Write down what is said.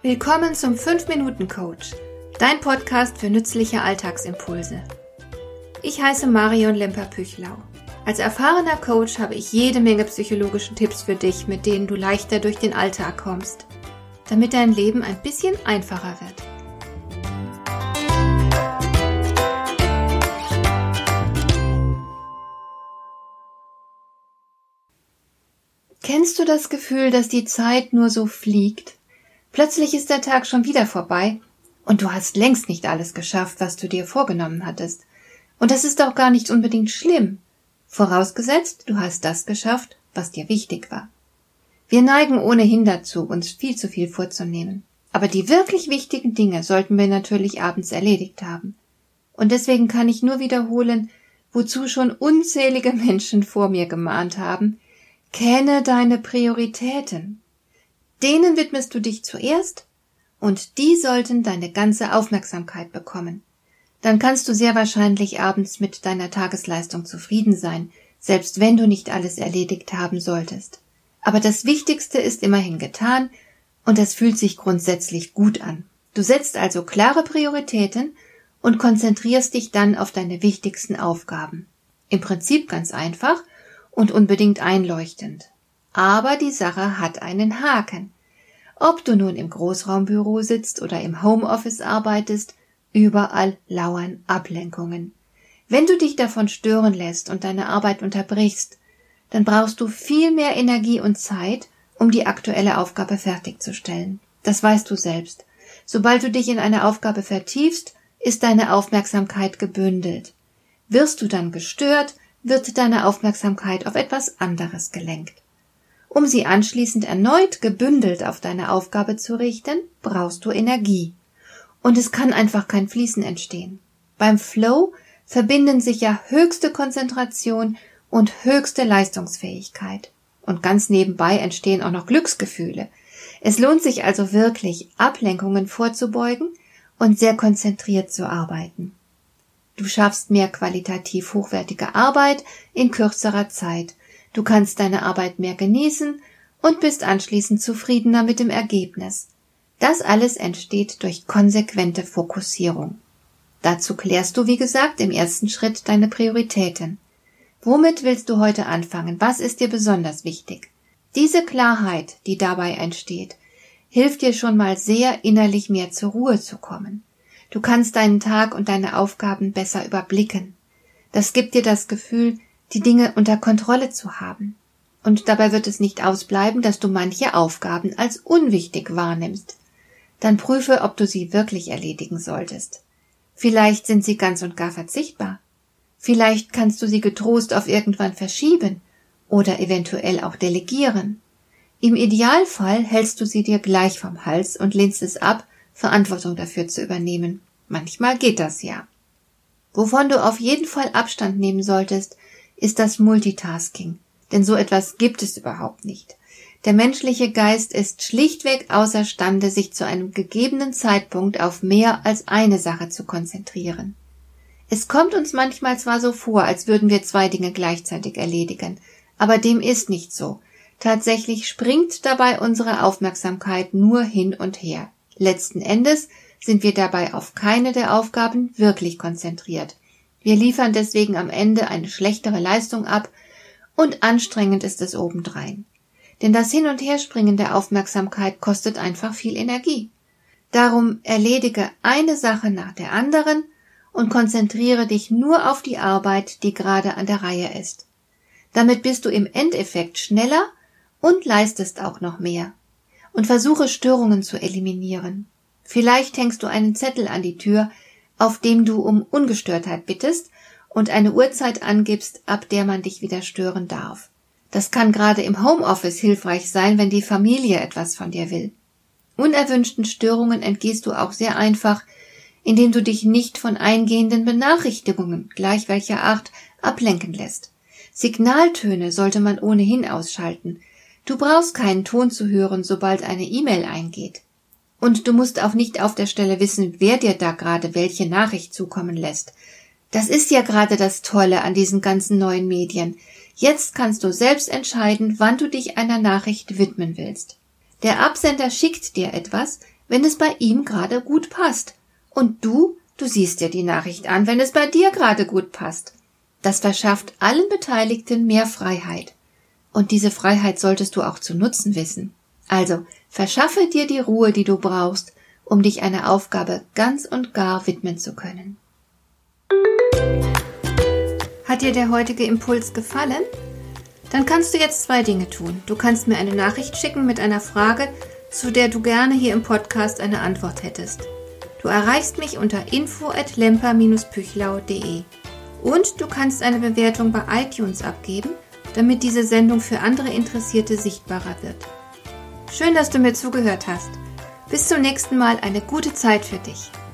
Willkommen zum 5-Minuten-Coach, dein Podcast für nützliche Alltagsimpulse. Ich heiße Marion Lemper-Püchlau. Als erfahrener Coach habe ich jede Menge psychologische Tipps für dich, mit denen du leichter durch den Alltag kommst, damit dein Leben ein bisschen einfacher wird. Kennst du das Gefühl, dass die Zeit nur so fliegt? Plötzlich ist der Tag schon wieder vorbei und du hast längst nicht alles geschafft, was du dir vorgenommen hattest. Und das ist auch gar nicht unbedingt schlimm, vorausgesetzt, du hast das geschafft, was dir wichtig war. Wir neigen ohnehin dazu, uns viel zu viel vorzunehmen. Aber die wirklich wichtigen Dinge sollten wir natürlich abends erledigt haben. Und deswegen kann ich nur wiederholen, wozu schon unzählige Menschen vor mir gemahnt haben: Kenne deine Prioritäten. Denen widmest du dich zuerst und die sollten deine ganze Aufmerksamkeit bekommen. Dann kannst du sehr wahrscheinlich abends mit deiner Tagesleistung zufrieden sein, selbst wenn du nicht alles erledigt haben solltest. Aber das Wichtigste ist immerhin getan und das fühlt sich grundsätzlich gut an. Du setzt also klare Prioritäten und konzentrierst dich dann auf deine wichtigsten Aufgaben. Im Prinzip ganz einfach und unbedingt einleuchtend. Aber die Sache hat einen Haken. Ob du nun im Großraumbüro sitzt oder im Homeoffice arbeitest, überall lauern Ablenkungen. Wenn du dich davon stören lässt und deine Arbeit unterbrichst, dann brauchst du viel mehr Energie und Zeit, um die aktuelle Aufgabe fertigzustellen. Das weißt du selbst. Sobald du dich in eine Aufgabe vertiefst, ist deine Aufmerksamkeit gebündelt. Wirst du dann gestört, wird deine Aufmerksamkeit auf etwas anderes gelenkt. Um sie anschließend erneut gebündelt auf deine Aufgabe zu richten, brauchst du Energie. Und es kann einfach kein Fließen entstehen. Beim Flow verbinden sich ja höchste Konzentration und höchste Leistungsfähigkeit. Und ganz nebenbei entstehen auch noch Glücksgefühle. Es lohnt sich also wirklich, Ablenkungen vorzubeugen und sehr konzentriert zu arbeiten. Du schaffst mehr qualitativ hochwertige Arbeit in kürzerer Zeit. Du kannst deine Arbeit mehr genießen und bist anschließend zufriedener mit dem Ergebnis. Das alles entsteht durch konsequente Fokussierung. Dazu klärst du, wie gesagt, im ersten Schritt deine Prioritäten. Womit willst du heute anfangen? Was ist dir besonders wichtig? Diese Klarheit, die dabei entsteht, hilft dir schon mal sehr, innerlich mehr zur Ruhe zu kommen. Du kannst deinen Tag und deine Aufgaben besser überblicken. Das gibt dir das Gefühl, die Dinge unter Kontrolle zu haben. Und dabei wird es nicht ausbleiben, dass du manche Aufgaben als unwichtig wahrnimmst. Dann prüfe, ob du sie wirklich erledigen solltest. Vielleicht sind sie ganz und gar verzichtbar. Vielleicht kannst du sie getrost auf irgendwann verschieben oder eventuell auch delegieren. Im Idealfall hältst du sie dir gleich vom Hals und lehnst es ab, Verantwortung dafür zu übernehmen. Manchmal geht das ja. Wovon du auf jeden Fall Abstand nehmen solltest, ist das Multitasking, denn so etwas gibt es überhaupt nicht. Der menschliche Geist ist schlichtweg außerstande, sich zu einem gegebenen Zeitpunkt auf mehr als eine Sache zu konzentrieren. Es kommt uns manchmal zwar so vor, als würden wir 2 Dinge gleichzeitig erledigen, aber dem ist nicht so. Tatsächlich springt dabei unsere Aufmerksamkeit nur hin und her. Letzten Endes sind wir dabei auf keine der Aufgaben wirklich konzentriert. Wir liefern deswegen am Ende eine schlechtere Leistung ab und anstrengend ist es obendrein. Denn das Hin- und Herspringen der Aufmerksamkeit kostet einfach viel Energie. Darum erledige eine Sache nach der anderen und konzentriere dich nur auf die Arbeit, die gerade an der Reihe ist. Damit bist du im Endeffekt schneller und leistest auch noch mehr. Und versuche Störungen zu eliminieren. Vielleicht hängst du einen Zettel an die Tür, auf dem du um Ungestörtheit bittest und eine Uhrzeit angibst, ab der man dich wieder stören darf. Das kann gerade im Homeoffice hilfreich sein, wenn die Familie etwas von dir will. Unerwünschten Störungen entgehst du auch sehr einfach, indem du dich nicht von eingehenden Benachrichtigungen, gleich welcher Art, ablenken lässt. Signaltöne sollte man ohnehin ausschalten. Du brauchst keinen Ton zu hören, sobald eine E-Mail eingeht. Und du musst auch nicht auf der Stelle wissen, wer dir da gerade welche Nachricht zukommen lässt. Das ist ja gerade das Tolle an diesen ganzen neuen Medien. Jetzt kannst du selbst entscheiden, wann du dich einer Nachricht widmen willst. Der Absender schickt dir etwas, wenn es bei ihm gerade gut passt. Und du siehst dir die Nachricht an, wenn es bei dir gerade gut passt. Das verschafft allen Beteiligten mehr Freiheit. Und diese Freiheit solltest du auch zu nutzen wissen. Also, verschaffe dir die Ruhe, die du brauchst, um dich einer Aufgabe ganz und gar widmen zu können. Hat dir der heutige Impuls gefallen? Dann kannst du jetzt 2 Dinge tun. Du kannst mir eine Nachricht schicken mit einer Frage, zu der du gerne hier im Podcast eine Antwort hättest. Du erreichst mich unter info@lemper-püchlau.de. Und du kannst eine Bewertung bei iTunes abgeben, damit diese Sendung für andere Interessierte sichtbarer wird. Schön, dass du mir zugehört hast. Bis zum nächsten Mal, eine gute Zeit für dich.